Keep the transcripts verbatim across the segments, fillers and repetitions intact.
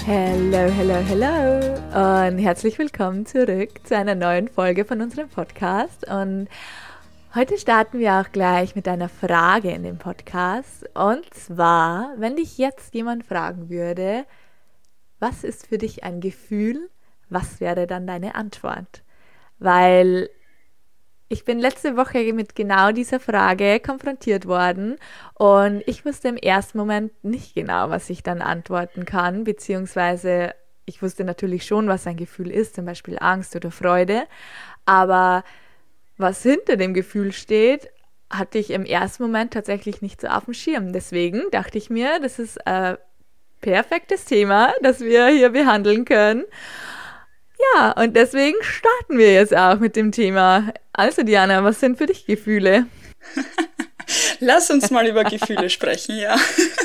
Hello, hello, hello und herzlich willkommen zurück zu einer neuen Folge von unserem Podcast. Und heute starten wir auch gleich mit einer Frage in dem Podcast. Und zwar, wenn dich jetzt jemand fragen würde, was ist für dich ein Gefühl, was wäre dann deine Antwort? Weil ich bin letzte Woche mit genau dieser Frage konfrontiert worden und ich wusste im ersten Moment nicht genau, was ich dann antworten kann, beziehungsweise ich wusste natürlich schon, was ein Gefühl ist, zum Beispiel Angst oder Freude, aber was hinter dem Gefühl steht, hatte ich im ersten Moment tatsächlich nicht so auf dem Schirm. Deswegen dachte ich mir, das ist ein perfektes Thema, das wir hier behandeln können. Ja, und deswegen starten wir jetzt auch mit dem Thema. Also Diana, was sind für dich Gefühle? Lass uns mal über Gefühle sprechen, ja.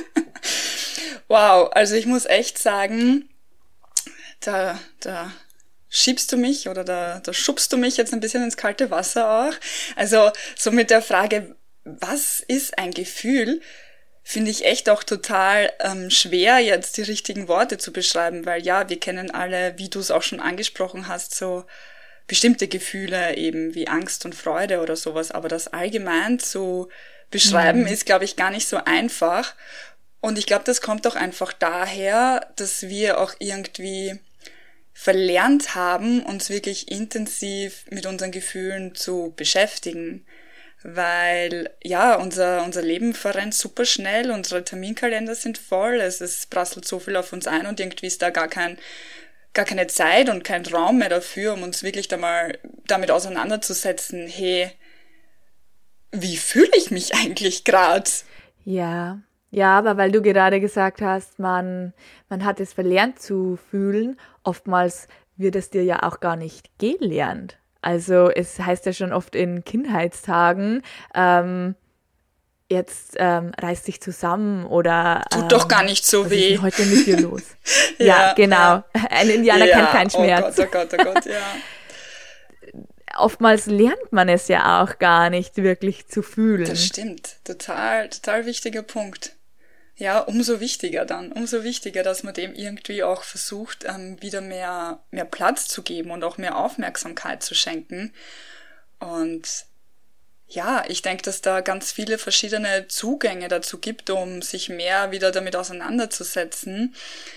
Wow, also ich muss echt sagen, da, da schiebst du mich oder da, da schubst du mich jetzt ein bisschen ins kalte Wasser auch. Also so mit der Frage, was ist ein Gefühl, finde ich echt auch total ähm, schwer, jetzt die richtigen Worte zu beschreiben, weil ja, wir kennen alle, wie du es auch schon angesprochen hast, so bestimmte Gefühle eben wie Angst und Freude oder sowas, aber das allgemein zu beschreiben, mhm. ist, glaube ich, gar nicht so einfach. Und ich glaube, das kommt auch einfach daher, dass wir auch irgendwie verlernt haben, uns wirklich intensiv mit unseren Gefühlen zu beschäftigen. Weil, ja, unser, unser Leben verrennt super schnell, unsere Terminkalender sind voll, es, es prasselt so viel auf uns ein und irgendwie ist da gar kein, gar keine Zeit und kein Raum mehr dafür, um uns wirklich da mal damit auseinanderzusetzen, hey, wie fühle ich mich eigentlich gerade? Ja, ja, aber weil du gerade gesagt hast, man, man hat es verlernt zu fühlen, oftmals wird es dir ja auch gar nicht gelernt. Also es heißt ja schon oft in Kindheitstagen, ähm, jetzt ähm, reiß dich zusammen oder Tut ähm, doch gar nicht so was weh. ist denn heute mit dir los? ja, ja, genau. Ja. Ein Indianer ja, kennt keinen Schmerz. Oh Gott, oh Gott, oh Gott, ja. Oftmals lernt man es ja auch gar nicht wirklich zu fühlen. Das stimmt. Total, total wichtiger Punkt. Ja, umso wichtiger dann, umso wichtiger, dass man dem irgendwie auch versucht, ähm, wieder mehr, mehr Platz zu geben und auch mehr Aufmerksamkeit zu schenken. Und ja, ich denke, dass da ganz viele verschiedene Zugänge dazu gibt, um sich mehr wieder damit auseinanderzusetzen.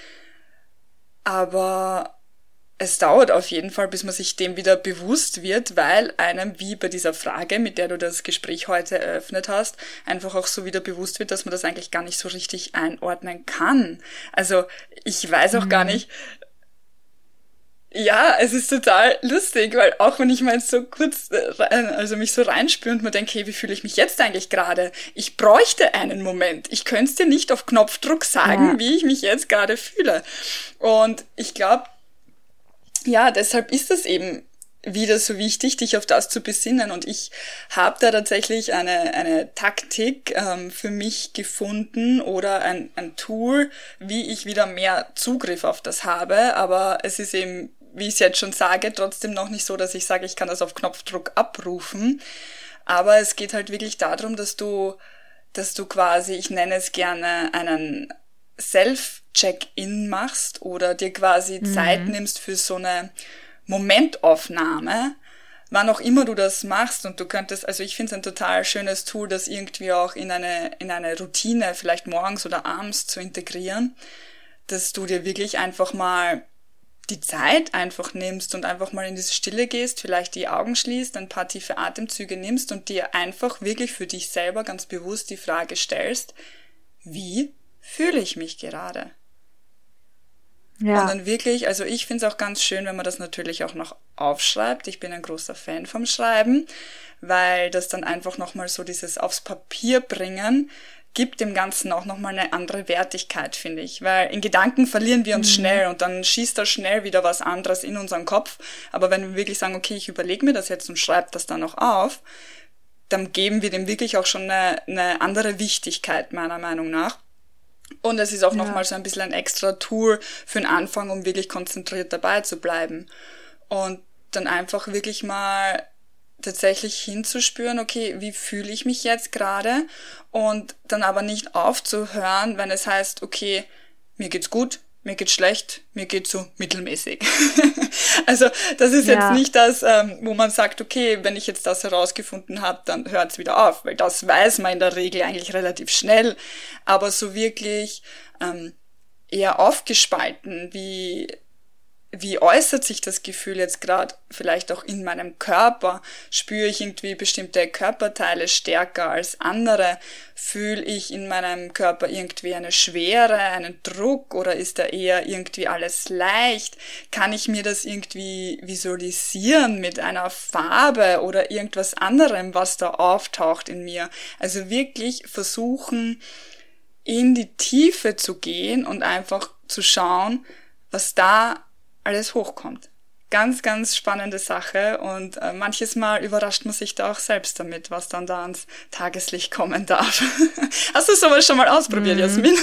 Aber es dauert auf jeden Fall, bis man sich dem wieder bewusst wird, weil einem, wie bei dieser Frage, mit der du das Gespräch heute eröffnet hast, einfach auch so wieder bewusst wird, dass man das eigentlich gar nicht so richtig einordnen kann. Also ich weiß auch mhm. gar nicht, ja, es ist total lustig, weil auch wenn ich mal so kurz, also mich so reinspüre und mir denke, hey, wie fühle ich mich jetzt eigentlich gerade? Ich bräuchte einen Moment. Ich könnte es dir nicht auf Knopfdruck sagen, ja. wie ich mich jetzt gerade fühle. Und ich glaube, ja, deshalb ist es eben wieder so wichtig, dich auf das zu besinnen. Und ich habe da tatsächlich eine eine Taktik ähm, für mich gefunden oder ein, ein Tool, wie ich wieder mehr Zugriff auf das habe. Aber es ist eben, wie ich es jetzt schon sage, trotzdem noch nicht so, dass ich sage, ich kann das auf Knopfdruck abrufen. Aber es geht halt wirklich darum, dass du, dass du quasi, ich nenne es gerne einen Self-Check-In machst oder dir quasi mhm. Zeit nimmst für so eine Momentaufnahme, wann auch immer du das machst. Und du könntest, also ich finde es ein total schönes Tool, das irgendwie auch in eine, in eine Routine, vielleicht morgens oder abends zu integrieren, dass du dir wirklich einfach mal die Zeit einfach nimmst und einfach mal in diese Stille gehst, vielleicht die Augen schließt, ein paar tiefe Atemzüge nimmst und dir einfach wirklich für dich selber ganz bewusst die Frage stellst, wie fühle ich mich gerade? Ja. Und dann wirklich, also ich finde es auch ganz schön, wenn man das natürlich auch noch aufschreibt. Ich bin ein großer Fan vom Schreiben, weil das dann einfach nochmal so dieses aufs Papier bringen gibt dem Ganzen auch nochmal eine andere Wertigkeit, finde ich. Weil in Gedanken verlieren wir uns mhm. schnell und dann schießt da schnell wieder was anderes in unseren Kopf. Aber wenn wir wirklich sagen, okay, ich überlege mir das jetzt und schreibe das dann noch auf, dann geben wir dem wirklich auch schon eine, eine andere Wichtigkeit, meiner Meinung nach. Und es ist auch ja. nochmal so ein bisschen ein extra Tool für den Anfang, um wirklich konzentriert dabei zu bleiben. Und dann einfach wirklich mal tatsächlich hinzuspüren, okay, wie fühle ich mich jetzt gerade? Und dann aber nicht aufzuhören, wenn es heißt, okay, mir geht's gut, mir geht's schlecht, mir geht's so mittelmäßig. Also das ist Ja. jetzt nicht das, ähm, wo man sagt, okay, wenn ich jetzt das herausgefunden habe, dann hört's wieder auf, weil das weiß man in der Regel eigentlich relativ schnell. Aber so wirklich ähm, eher aufgespalten, wie wie äußert sich das Gefühl jetzt gerade vielleicht auch in meinem Körper? Spüre ich irgendwie bestimmte Körperteile stärker als andere? Fühle ich in meinem Körper irgendwie eine Schwere, einen Druck oder ist da eher irgendwie alles leicht? Kann ich mir das irgendwie visualisieren mit einer Farbe oder irgendwas anderem, was da auftaucht in mir? Also wirklich versuchen, in die Tiefe zu gehen und einfach zu schauen, was da alles hochkommt. Ganz, ganz spannende Sache und äh, manches Mal überrascht man sich da auch selbst damit, was dann da ans Tageslicht kommen darf. Hast du sowas schon mal ausprobiert, Mhm. Jasmin?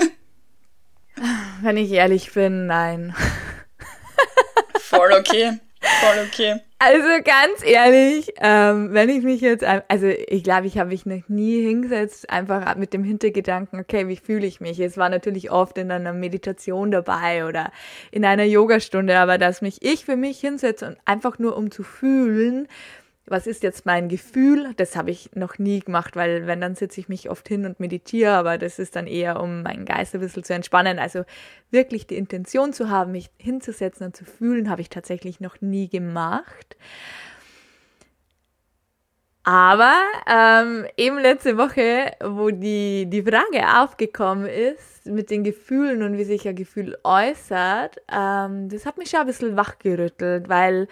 Wenn ich ehrlich bin, nein. Voll okay, voll okay. Also ganz ehrlich, ähm, wenn ich mich jetzt, ein- also ich glaube, ich habe mich noch nie hingesetzt, einfach mit dem Hintergedanken, okay, wie fühle ich mich? Es war natürlich oft in einer Meditation dabei oder in einer Yogastunde, aber dass mich ich für mich hinsetze und einfach nur um zu fühlen, was ist jetzt mein Gefühl, das habe ich noch nie gemacht, weil wenn, dann sitze ich mich oft hin und meditiere, aber das ist dann eher, um meinen Geist ein bisschen zu entspannen. Also wirklich die Intention zu haben, mich hinzusetzen und zu fühlen, habe ich tatsächlich noch nie gemacht. Aber ähm, eben letzte Woche, wo die, die Frage aufgekommen ist mit den Gefühlen und wie sich ein Gefühl äußert, ähm, das hat mich schon ein bisschen wachgerüttelt, weil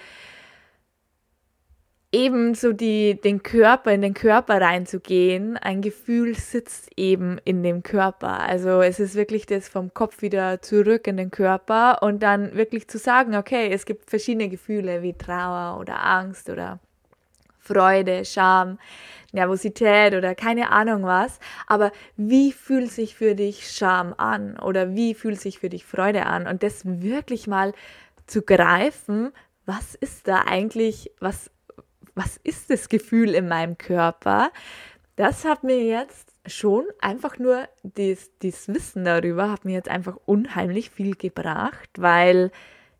eben so die, den Körper, in den Körper reinzugehen, ein Gefühl sitzt eben in dem Körper. Also es ist wirklich das vom Kopf wieder zurück in den Körper und dann wirklich zu sagen, okay, es gibt verschiedene Gefühle wie Trauer oder Angst oder Freude, Scham, Nervosität oder keine Ahnung was. Aber wie fühlt sich für dich Scham an oder wie fühlt sich für dich Freude an? Und das wirklich mal zu greifen, was ist da eigentlich, was was ist das Gefühl in meinem Körper? Das hat mir jetzt schon einfach nur, dieses, dieses Wissen darüber hat mir jetzt einfach unheimlich viel gebracht, weil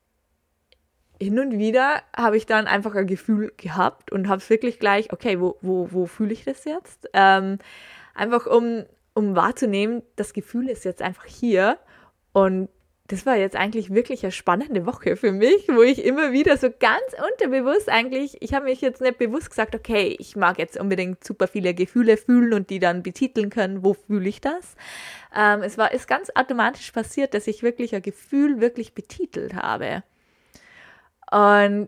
hin und wieder habe ich dann einfach ein Gefühl gehabt und habe es wirklich gleich, okay, wo, wo, wo fühle ich das jetzt? Ähm, einfach um, um wahrzunehmen, das Gefühl ist jetzt einfach hier und das war jetzt eigentlich wirklich eine spannende Woche für mich, wo ich immer wieder so ganz unterbewusst eigentlich, ich habe mich jetzt nicht bewusst gesagt, okay, ich mag jetzt unbedingt super viele Gefühle fühlen und die dann betiteln können, wo fühle ich das? Ähm, es war, ist ganz automatisch passiert, dass ich wirklich ein Gefühl wirklich betitelt habe. Und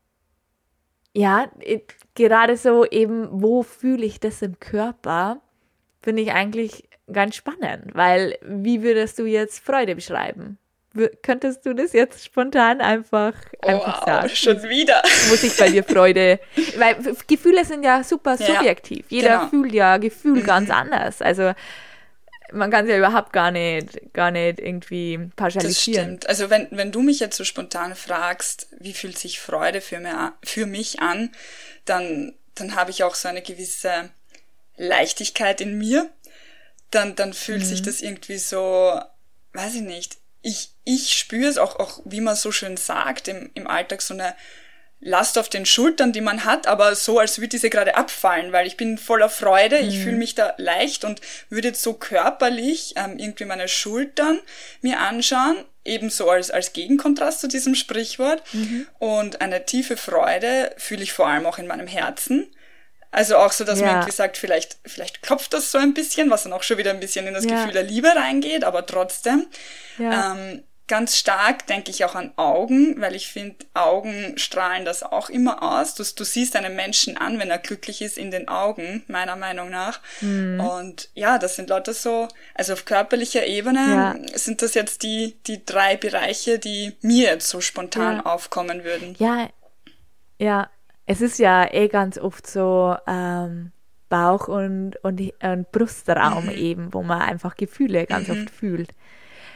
ja, gerade so eben, wo fühle ich das im Körper, finde ich eigentlich ganz spannend, weil wie würdest du jetzt Freude beschreiben? Könntest du das jetzt spontan einfach, einfach Wow, sagen? schon wieder. Muss ich bei dir Freude, weil Gefühle sind ja super Ja, subjektiv. Jeder genau. fühlt ja Gefühl Mhm. ganz anders. Also man kann es ja überhaupt gar nicht, gar nicht irgendwie Das pauschalisieren. stimmt. Also wenn, wenn du mich jetzt so spontan fragst, wie fühlt sich Freude für, mir, für mich an, dann, dann habe ich auch so eine gewisse Leichtigkeit in mir. Dann, dann fühlt Mhm. sich das irgendwie so, weiß ich nicht, ich, ich spüre es auch, auch, wie man so schön sagt, im, im Alltag so eine Last auf den Schultern, die man hat, aber so, als würde diese gerade abfallen, weil ich bin voller Freude, ich fühle mich da leicht und würde jetzt so körperlich ähm, irgendwie meine Schultern mir anschauen, ebenso als, als Gegenkontrast zu diesem Sprichwort. Und eine tiefe Freude fühle ich vor allem auch in meinem Herzen. Also auch so, dass man Ja. irgendwie sagt, vielleicht, vielleicht klopft das so ein bisschen, was dann auch schon wieder ein bisschen in das Ja. Gefühl der Liebe reingeht, aber trotzdem. Ja. Ähm, ganz stark denke ich auch an Augen, weil ich finde, Augen strahlen das auch immer aus. Du, du siehst einen Menschen an, wenn er glücklich ist, in den Augen, meiner Meinung nach. Und ja, das sind lauter so, also auf körperlicher Ebene Ja. sind das jetzt die, die drei Bereiche, die mir jetzt so spontan Ja. aufkommen würden. Ja, ja, es ist ja eh ganz oft so ähm, Bauch- und, und, und Brustraum eben, wo man einfach Gefühle ganz oft fühlt.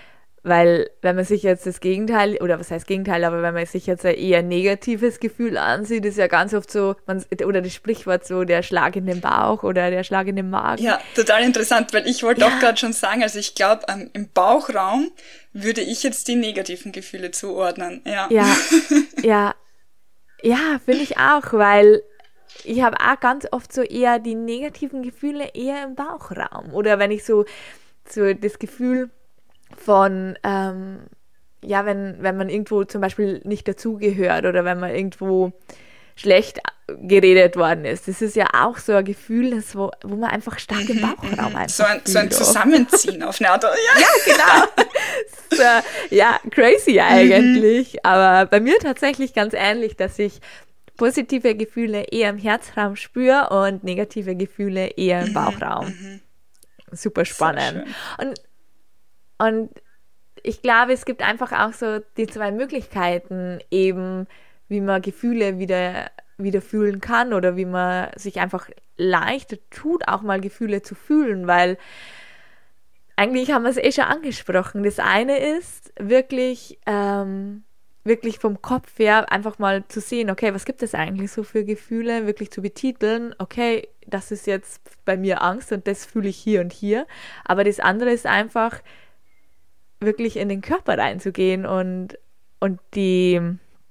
weil wenn man sich jetzt das Gegenteil, oder was heißt Gegenteil, aber wenn man sich jetzt ein eher negatives Gefühl ansieht, ist ja ganz oft so, man, oder das Sprichwort so, der Schlag in den Bauch oder der Schlag in den Magen. Ja, total interessant, weil ich wollte ja. auch gerade schon sagen, also ich glaube, ähm, im Bauchraum würde ich jetzt die negativen Gefühle zuordnen. Ja, ja, ja, ja, finde ich auch, weil ich habe auch ganz oft so eher die negativen Gefühle eher im Bauchraum. Oder wenn ich so, so das Gefühl von, ähm, ja, wenn, wenn man irgendwo zum Beispiel nicht dazugehört oder wenn man irgendwo schlecht geredet worden ist. Das ist ja auch so ein Gefühl, das, wo, wo man einfach stark im Bauchraum einfach so ein, so ein Zusammenziehen auf eine Art. Ja, ja genau. So, ja, crazy eigentlich. Aber bei mir tatsächlich ganz ähnlich, dass ich positive Gefühle eher im Herzraum spüre und negative Gefühle eher im Bauchraum. Super spannend. Und, und ich glaube, es gibt einfach auch so die zwei Möglichkeiten, eben wie man Gefühle wieder, wieder fühlen kann oder wie man sich einfach leichter tut, auch mal Gefühle zu fühlen, weil eigentlich haben wir es eh schon angesprochen. Das eine ist wirklich, ähm, wirklich vom Kopf her einfach mal zu sehen, okay, was gibt es eigentlich so für Gefühle, wirklich zu betiteln, okay, das ist jetzt bei mir Angst und das fühle ich hier und hier. Aber das andere ist einfach wirklich in den Körper reinzugehen und, und die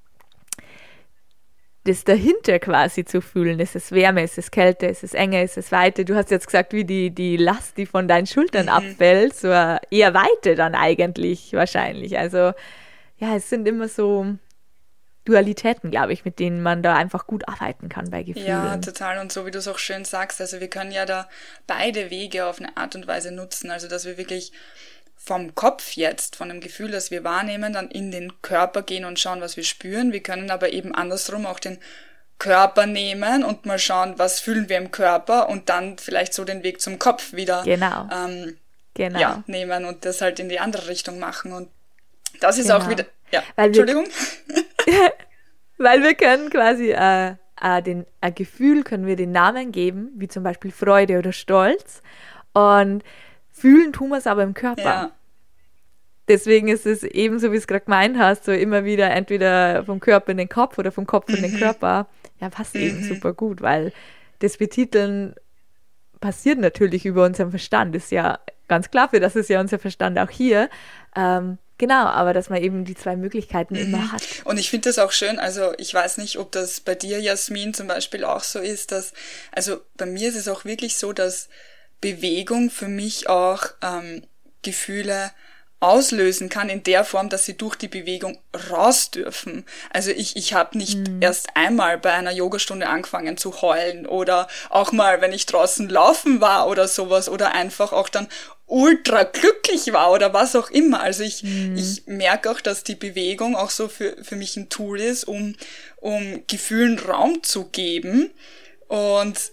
das dahinter quasi zu fühlen. Ist es Wärme, ist es Kälte, ist es Enge, ist es Weite? Du hast jetzt gesagt, wie die, die Last, die von deinen Schultern mhm. abfällt, so eher Weite dann eigentlich wahrscheinlich. Also ja, es sind immer so Dualitäten, glaube ich, mit denen man da einfach gut arbeiten kann bei Gefühlen. Ja, total. Und so wie du es auch schön sagst, also wir können ja da beide Wege auf eine Art und Weise nutzen. Also dass wir wirklich vom Kopf jetzt, von dem Gefühl, das wir wahrnehmen, dann in den Körper gehen und schauen, was wir spüren. Wir können aber eben andersrum auch den Körper nehmen und mal schauen, was fühlen wir im Körper und dann vielleicht so den Weg zum Kopf wieder genau. Ähm, genau. Ja, nehmen und das halt in die andere Richtung machen. Und das ist genau. auch wieder... Ja, weil Entschuldigung. Wir, weil wir können quasi äh, äh, den, ein Gefühl, können wir den Namen geben, wie zum Beispiel Freude oder Stolz. Und fühlen tun wir es aber im Körper. Ja. Deswegen ist es ebenso, wie du es gerade gemeint hast, so immer wieder entweder vom Körper in den Kopf oder vom Kopf in den Mhm. Körper. Ja, passt Mhm. eben super gut, weil das Betiteln passiert natürlich über unseren Verstand. Ist ja ganz klar, für das ist ja unser Verstand auch hier. Ähm, genau, aber dass man eben die zwei Möglichkeiten Mhm. immer hat. Und ich finde das auch schön, also ich weiß nicht, ob das bei dir, Jasmin, zum Beispiel auch so ist, dass, also bei mir ist es auch wirklich so, dass Bewegung für mich auch ähm, Gefühle auslösen kann in der Form, dass sie durch die Bewegung raus dürfen. Also ich ich habe nicht mhm. erst einmal bei einer Yogastunde angefangen zu heulen oder auch mal, wenn ich draußen laufen war oder sowas oder einfach auch dann ultra glücklich war oder was auch immer. Also ich mhm. ich merke auch, dass die Bewegung auch so für für mich ein Tool ist, um um Gefühlen Raum zu geben. Und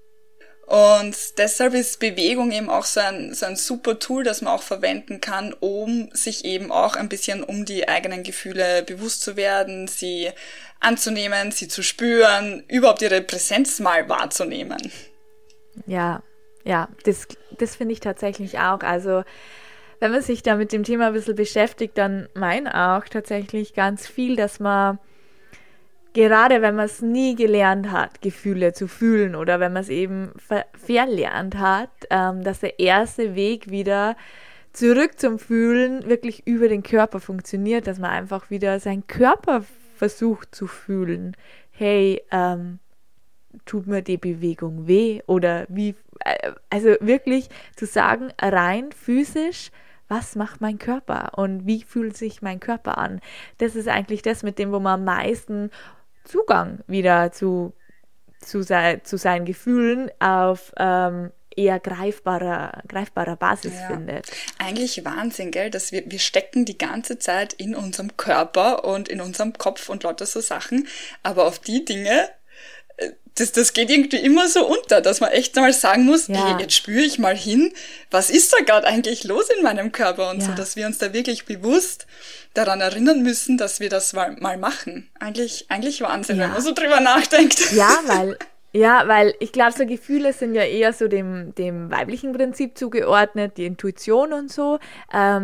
Und deshalb ist Bewegung eben auch so ein, so ein super Tool, das man auch verwenden kann, um sich eben auch ein bisschen um die eigenen Gefühle bewusst zu werden, sie anzunehmen, sie zu spüren, überhaupt ihre Präsenz mal wahrzunehmen. Ja, ja, das, das finde ich tatsächlich auch. Also wenn man sich da mit dem Thema ein bisschen beschäftigt, dann meine auch tatsächlich ganz viel, dass man gerade wenn man es nie gelernt hat, Gefühle zu fühlen oder wenn man es eben ver- verlernt hat, ähm, dass der erste Weg wieder zurück zum Fühlen wirklich über den Körper funktioniert, dass man einfach wieder seinen Körper versucht zu fühlen. Hey, ähm, tut mir die Bewegung weh? Oder wie, äh, also wirklich zu sagen, rein physisch, was macht mein Körper und wie fühlt sich mein Körper an? Das ist eigentlich das, mit dem, wo man am meisten Zugang wieder zu, zu, sei, zu seinen Gefühlen auf ähm, eher greifbarer, greifbarer Basis ja. findet. Eigentlich Wahnsinn, gell, dass wir, wir stecken die ganze Zeit in unserem Körper und in unserem Kopf und lauter so Sachen, aber auf die Dinge, das, das geht irgendwie immer so unter, dass man echt mal sagen muss, ja. hey, jetzt spüre ich mal hin, was ist da gerade eigentlich los in meinem Körper und ja. so, dass wir uns da wirklich bewusst daran erinnern müssen, dass wir das mal, mal machen. Eigentlich, eigentlich Wahnsinn, ja. wenn man so drüber nachdenkt. Ja, weil, ja, weil ich glaube, so Gefühle sind ja eher so dem, dem weiblichen Prinzip zugeordnet, die Intuition und so. Ähm,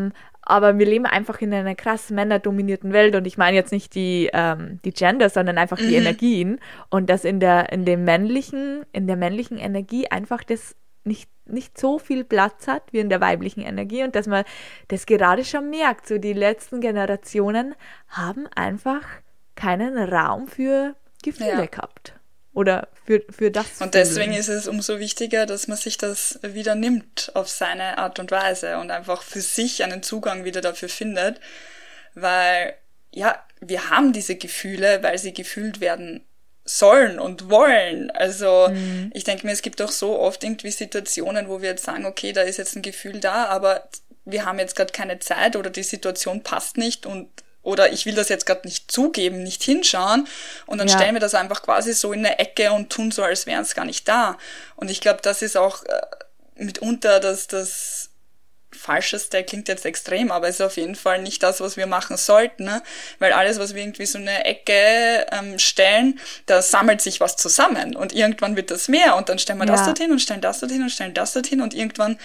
aber wir leben einfach in einer krass männerdominierten Welt und ich meine jetzt nicht die, ähm, die Gender, sondern einfach die Mhm. Energien und dass in der, in dem männlichen, in der männlichen Energie einfach das nicht, nicht so viel Platz hat wie in der weiblichen Energie und dass man das gerade schon merkt, so die letzten Generationen haben einfach keinen Raum für Gefühle Ja. gehabt oder für, für das Und deswegen Fühlen. ist es umso wichtiger, dass man sich das wieder nimmt auf seine Art und Weise und einfach für sich einen Zugang wieder dafür findet, weil ja, wir haben diese Gefühle, weil sie gefühlt werden sollen und wollen. Also Mhm. ich denke mir, es gibt auch so oft irgendwie Situationen, wo wir jetzt sagen, okay, da ist jetzt ein Gefühl da, aber wir haben jetzt gerade keine Zeit oder die Situation passt nicht und oder ich will das jetzt gerade nicht zugeben, nicht hinschauen und dann Ja, stellen wir das einfach quasi so in eine Ecke und tun so, als wären es gar nicht da. Und ich glaube, das ist auch äh, mitunter das, das Falscheste, klingt jetzt extrem, aber es ist auf jeden Fall nicht das, was wir machen sollten, ne? Weil alles, was wir irgendwie so eine Ecke ähm, stellen, da sammelt sich was zusammen und irgendwann wird das mehr und dann stellen wir das ja, dorthin und stellen das dorthin und stellen das dorthin und irgendwann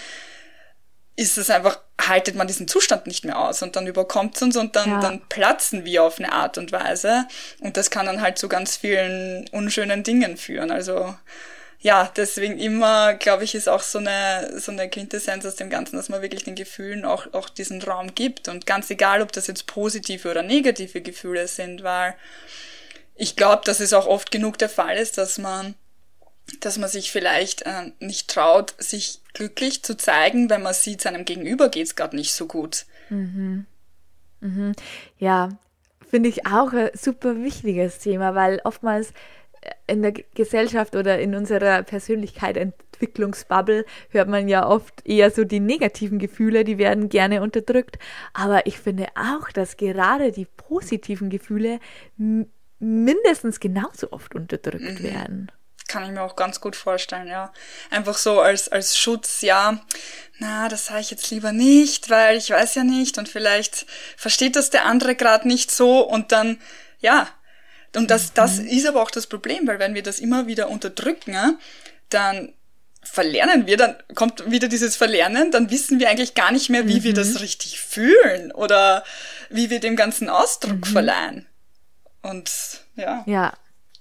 ist es einfach, haltet man diesen Zustand nicht mehr aus und dann überkommt es uns und dann, ja, dann platzen wir auf eine Art und Weise und das kann dann halt zu ganz vielen unschönen Dingen führen. Also ja, deswegen immer, glaube ich, ist auch so eine, so eine Quintessenz aus dem Ganzen, dass man wirklich den Gefühlen auch, auch diesen Raum gibt und ganz egal, ob das jetzt positive oder negative Gefühle sind, weil ich glaube, dass es auch oft genug der Fall ist, dass man dass man sich vielleicht äh, nicht traut, sich glücklich zu zeigen, wenn man sieht, seinem Gegenüber geht's gerade nicht so gut. mhm. Mhm. Ja, finde ich auch ein super wichtiges Thema, weil oftmals äh, in der G- Gesellschaft oder in unserer Persönlichkeitsentwicklungsbubble hört man ja oft eher so die negativen Gefühle, die werden gerne unterdrückt. Aber ich finde auch, dass gerade die positiven Gefühle m- mindestens genauso oft unterdrückt Mhm. werden. Kann ich mir auch ganz gut vorstellen, ja. Einfach so als, als Schutz, ja, na, das sage ich jetzt lieber nicht, weil ich weiß ja nicht und vielleicht versteht das der andere gerade nicht so und dann, ja, und das, das Mhm. ist aber auch das Problem, weil wenn wir das immer wieder unterdrücken, ja, dann verlernen wir, dann kommt wieder dieses Verlernen, dann wissen wir eigentlich gar nicht mehr, wie wir Mhm. das richtig fühlen oder wie wir dem ganzen Ausdruck Mhm. verleihen. Und ja. Ja.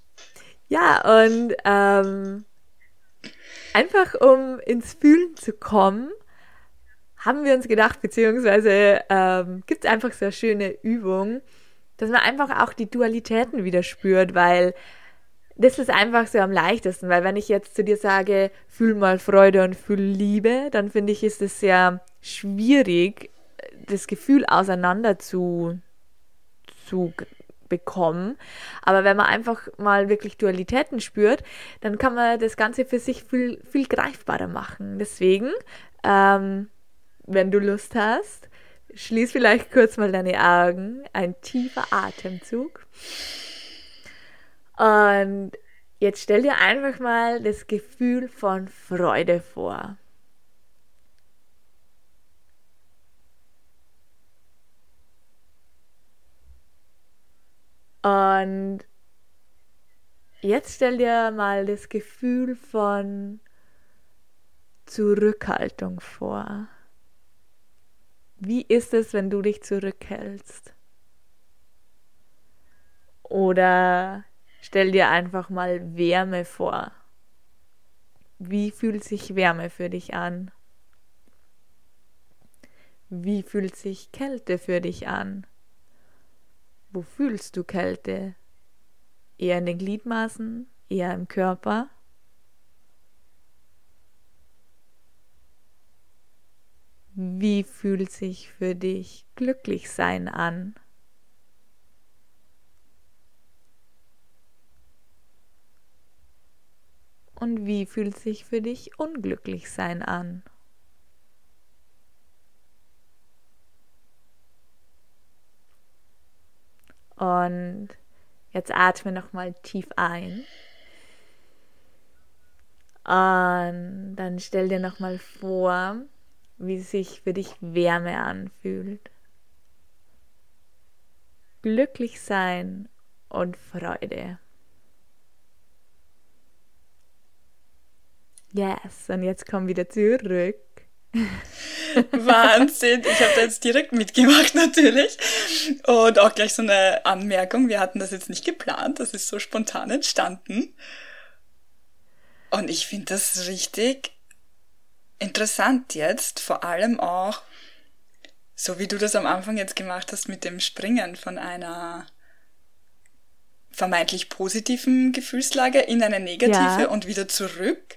Ja, und ähm, einfach um ins Fühlen zu kommen, haben wir uns gedacht, beziehungsweise ähm, gibt es einfach so eine schöne Übung, dass man einfach auch die Dualitäten wieder spürt, weil das ist einfach so am leichtesten, weil wenn ich jetzt zu dir sage, fühl mal Freude und fühl Liebe, dann finde ich, ist es sehr schwierig, das Gefühl auseinander zu, zu g- bekommen. Aber wenn man einfach mal wirklich Dualitäten spürt, dann kann man das Ganze für sich viel, viel greifbarer machen. Deswegen, ähm, wenn du Lust hast, schließ vielleicht kurz mal deine Augen, ein tiefer Atemzug. Und jetzt stell dir einfach mal das Gefühl von Freude vor. Und jetzt stell dir mal das Gefühl von Zurückhaltung vor. Wie ist es, wenn du dich zurückhältst? Oder stell dir einfach mal Wärme vor. Wie fühlt sich Wärme für dich an? Wie fühlt sich Kälte für dich an? Wo fühlst du Kälte? Eher in den Gliedmaßen? Eher im Körper? Wie fühlt sich für dich glücklich sein an? Und wie fühlt sich für dich unglücklich sein an? Und jetzt atme nochmal tief ein. Und dann stell dir nochmal vor, wie sich für dich Wärme anfühlt. Glücklich sein und Freude. Yes, und jetzt komm wieder zurück Wahnsinn, ich habe da jetzt direkt mitgemacht natürlich. Und auch gleich so eine Anmerkung, wir hatten das jetzt nicht geplant, das ist so spontan entstanden. Und ich finde das richtig interessant jetzt, vor allem auch, so wie du das am Anfang jetzt gemacht hast mit dem Springen von einer vermeintlich positiven Gefühlslage in eine negative ja. und wieder zurück.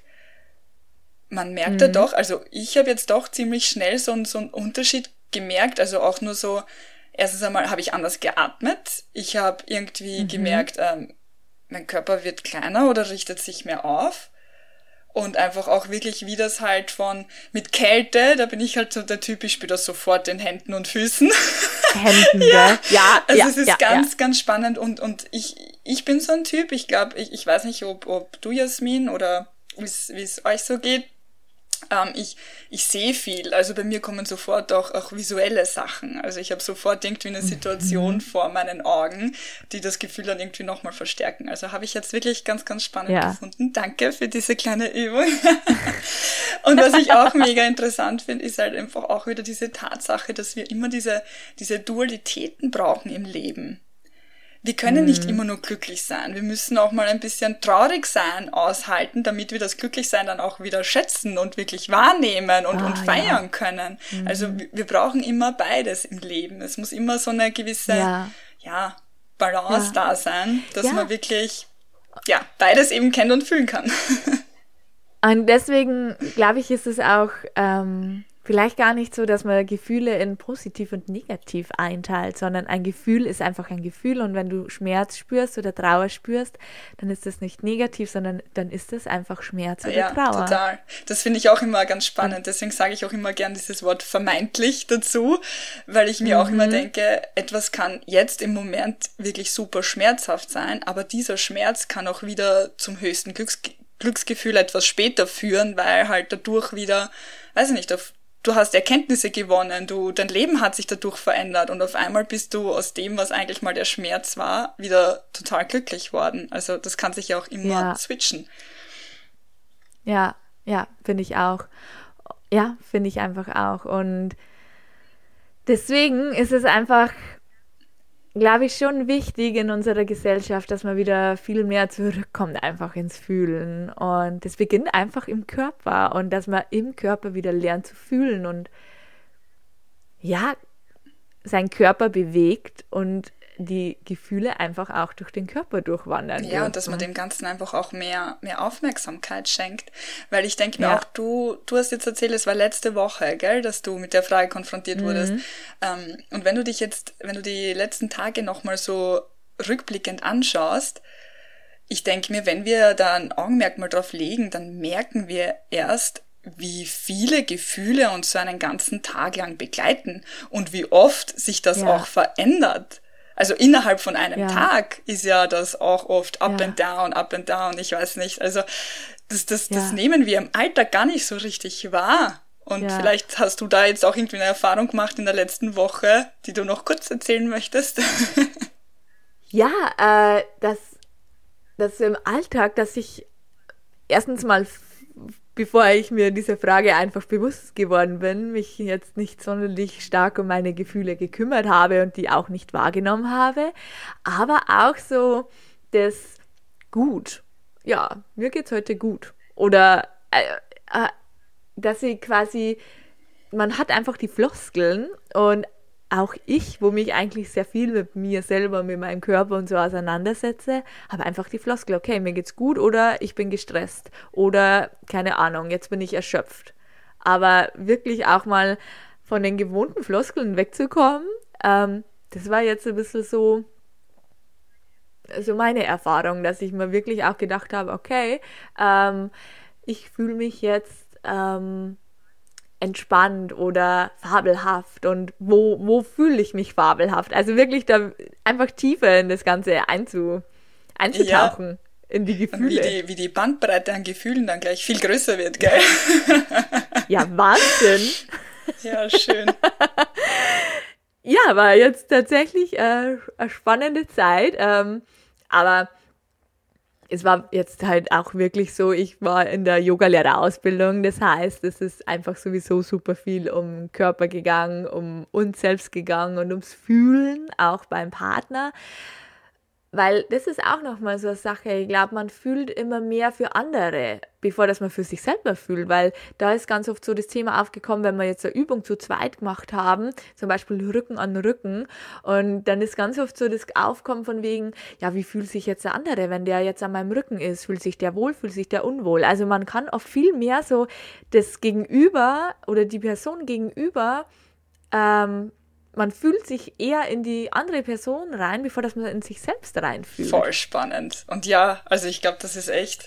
Man merkt mhm. ja doch, also ich habe jetzt doch ziemlich schnell so, einen- so einen Unterschied gemerkt, also auch nur so, erstens einmal habe ich anders geatmet, ich habe irgendwie Mhm. gemerkt, ähm, mein Körper wird kleiner oder richtet sich mehr auf und einfach auch wirklich, wie das halt von, mit Kälte, da bin ich halt so der Typ, ich spüre das sofort in Händen und Füßen. Händen, ja. Ja, Also ja, es ist ja, ganz, ja. ganz spannend und, und ich, ich bin so ein Typ, ich glaube, ich, ich weiß nicht, ob, ob du, Jasmin, oder wie es euch so geht. Ähm, ich ich sehe viel, also bei mir kommen sofort auch, auch visuelle Sachen. Also ich habe sofort irgendwie eine Situation Mhm. vor meinen Augen, die das Gefühl dann irgendwie nochmal verstärken. Also habe ich jetzt wirklich ganz, ganz spannend Ja. gefunden. Danke für diese kleine Übung. Und was ich auch mega interessant finde, ist halt einfach auch wieder diese Tatsache, dass wir immer diese, diese Dualitäten brauchen im Leben. Wir können nicht immer Mhm. nur glücklich sein. Wir müssen auch mal ein bisschen traurig sein, aushalten, damit wir das Glücklichsein dann auch wieder schätzen und wirklich wahrnehmen und, und Ah, ja. feiern können. Also Mhm. wir wir brauchen immer beides im Leben. Es muss immer so eine gewisse, Ja, ja, Balance ja, da sein, dass man ja. wirklich, ja, beides eben kennen und fühlen kann. Und deswegen glaube ich, ist es auch ähm, vielleicht gar nicht so, dass man Gefühle in positiv und negativ einteilt, sondern ein Gefühl ist einfach ein Gefühl und wenn du Schmerz spürst oder Trauer spürst, dann ist das nicht negativ, sondern dann ist das einfach Schmerz oder Ja, Trauer. total. Das finde ich auch immer ganz Und spannend. Deswegen sage ich auch immer gern dieses Wort vermeintlich dazu, weil ich mir auch immer mhm. denke, etwas kann jetzt im Moment wirklich super schmerzhaft sein, aber dieser Schmerz kann auch wieder zum höchsten Glücks Glücksgefühl etwas später führen, weil halt dadurch wieder, weiß ich nicht, auf, du hast Erkenntnisse gewonnen, du, dein Leben hat sich dadurch verändert und auf einmal bist du aus dem, was eigentlich mal der Schmerz war, wieder total glücklich worden. Also das kann sich ja auch immer Ja, switchen. ja, ja, finde ich auch. Ja, finde ich einfach auch. Und deswegen ist es einfach, glaube ich, schon wichtig in unserer Gesellschaft, dass man wieder viel mehr zurückkommt einfach ins Fühlen. Und das beginnt einfach im Körper und dass man im Körper wieder lernt zu fühlen und ja, seinen Körper bewegt und die Gefühle einfach auch durch den Körper durchwandern Ja, und dass man dürfen. dem Ganzen einfach auch mehr, mehr Aufmerksamkeit schenkt. Weil ich denke mir auch, Ja. du, du hast jetzt erzählt, es war letzte Woche, gell, dass du mit der Frage konfrontiert wurdest. Mhm. Ähm, und wenn du dich jetzt, wenn du die letzten Tage nochmal so rückblickend anschaust, ich denke mir, wenn wir da ein Augenmerk mal drauf legen, dann merken wir erst, wie viele Gefühle uns so einen ganzen Tag lang begleiten und wie oft sich das auch Ja, verändert. Also innerhalb von einem ja, Tag ist ja das auch oft up and ja, down, up and down, ich weiß nicht. Also das, das, das ja, nehmen wir im Alltag gar nicht so richtig wahr. Und ja. vielleicht hast du da jetzt auch irgendwie eine Erfahrung gemacht in der letzten Woche, die du noch kurz erzählen möchtest. Ja, äh, dass, dass im Alltag, dass ich erstens mal, f- bevor ich mir diese Frage einfach bewusst geworden bin, mich jetzt nicht sonderlich stark um meine Gefühle gekümmert habe und die auch nicht wahrgenommen habe, aber auch so das gut. Ja, mir geht's heute gut. Oder äh, äh, dass ich quasi, man hat einfach die Floskeln und auch ich, wo mich eigentlich sehr viel mit mir selber, mit meinem Körper und so auseinandersetze, habe einfach die Floskel, okay, mir geht's gut oder ich bin gestresst oder keine Ahnung, jetzt bin ich erschöpft. Aber wirklich auch mal von den gewohnten Floskeln wegzukommen, ähm, das war jetzt ein bisschen so, so meine Erfahrung, dass ich mir wirklich auch gedacht habe, okay, ähm, ich fühle mich jetzt ähm, entspannt oder fabelhaft und wo, wo fühle ich mich fabelhaft? Also wirklich da einfach tiefer in das Ganze einzu, Ja, einzutauchen, in die und wie Gefühle. die, wie die Bandbreite an Gefühlen dann gleich viel größer wird, gell? Ja, Wahnsinn. Ja, schön. Ja, war jetzt tatsächlich äh, eine spannende Zeit, ähm, aber es war jetzt halt auch wirklich so, ich war in der Yogalehrerausbildung, das heißt, es ist einfach sowieso super viel um Körper gegangen, um uns selbst gegangen und ums Fühlen, auch beim Partner. Weil das ist auch nochmal so eine Sache, ich glaube, man fühlt immer mehr für andere, bevor dass man für sich selber fühlt, weil da ist ganz oft so das Thema aufgekommen, wenn wir jetzt eine Übung zu zweit gemacht haben, zum Beispiel Rücken an Rücken, und dann ist ganz oft so das Aufkommen von wegen, ja, wie fühlt sich jetzt der andere, wenn der jetzt an meinem Rücken ist, fühlt sich der wohl, fühlt sich der unwohl, also man kann oft viel mehr so das Gegenüber oder die Person gegenüber, ähm, man fühlt sich eher in die andere Person rein, bevor dass man in sich selbst reinfühlt. Voll spannend. Und ja, also ich glaube, das ist echt,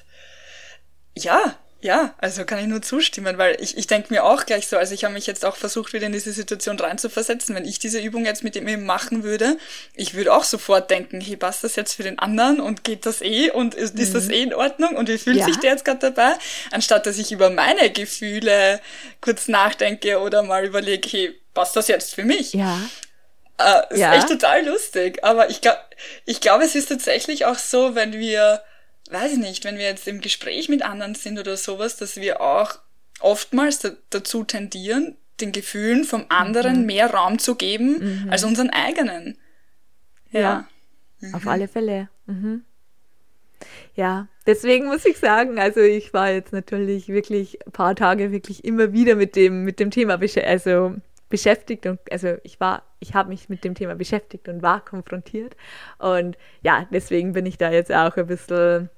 ja, ja, also kann ich nur zustimmen, weil ich, ich denke mir auch gleich so, also ich habe mich jetzt auch versucht, wieder in diese Situation reinzuversetzen, wenn ich diese Übung jetzt mit ihm machen würde, ich würde auch sofort denken, hey, passt das jetzt für den anderen und geht das eh und ist, mhm. ist das eh in Ordnung und wie fühlt ja. sich der jetzt gerade dabei? Anstatt, dass ich über meine Gefühle kurz nachdenke oder mal überlege, hey, passt das jetzt für mich? Ja. Äh, ist ja. echt total lustig. Aber ich glaube, ich glaube, es ist tatsächlich auch so, wenn wir, weiß ich nicht, wenn wir jetzt im Gespräch mit anderen sind oder sowas, dass wir auch oftmals da, dazu tendieren, den Gefühlen vom anderen mhm. mehr Raum zu geben mhm. als unseren eigenen. Ja, ja. Mhm. Auf alle Fälle. Mhm. Ja, deswegen muss ich sagen, also ich war jetzt natürlich wirklich ein paar Tage wirklich immer wieder mit dem, mit dem Thema beschäftigt, also beschäftigt und also ich war, ich habe mich mit dem Thema beschäftigt und war konfrontiert und ja, deswegen bin ich da jetzt auch ein bisschen,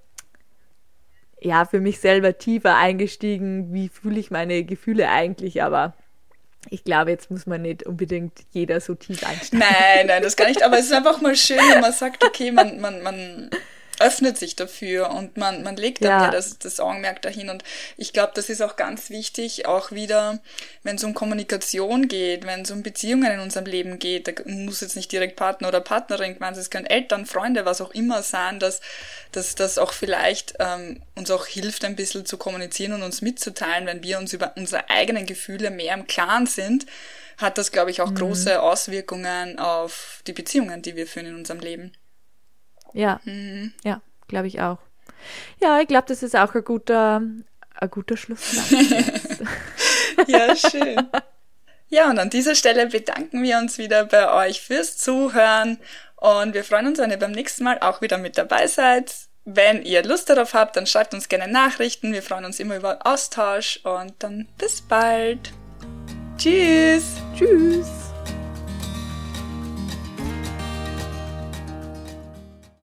ja, für mich selber tiefer eingestiegen, wie fühle ich meine Gefühle eigentlich, aber ich glaube, jetzt muss man nicht unbedingt jeder so tief einsteigen. Nein, nein, das gar nicht, aber es ist einfach mal schön, wenn man sagt, okay, man, man, man öffnet sich dafür und man, man legt dann ja, ja das, das Augenmerk dahin. Und ich glaube, das ist auch ganz wichtig, auch wieder, wenn es um Kommunikation geht, wenn es um Beziehungen in unserem Leben geht, da muss jetzt nicht direkt Partner oder Partnerin gemeint sein, es können Eltern, Freunde, was auch immer sein, dass dass das auch vielleicht ähm, uns auch hilft, ein bisschen zu kommunizieren und uns mitzuteilen, wenn wir uns über unsere eigenen Gefühle mehr im Klaren sind, hat das, glaube ich, auch mhm. große Auswirkungen auf die Beziehungen, die wir führen in unserem Leben. Ja, mhm. ja, glaube ich auch. Ja, ich glaube, das ist auch ein guter, ein guter Schlusssatz. Ja, schön. Ja, und an dieser Stelle bedanken wir uns wieder bei euch fürs Zuhören und wir freuen uns, wenn ihr beim nächsten Mal auch wieder mit dabei seid. Wenn ihr Lust darauf habt, dann schreibt uns gerne Nachrichten. Wir freuen uns immer über Austausch und dann bis bald. Tschüss. Tschüss.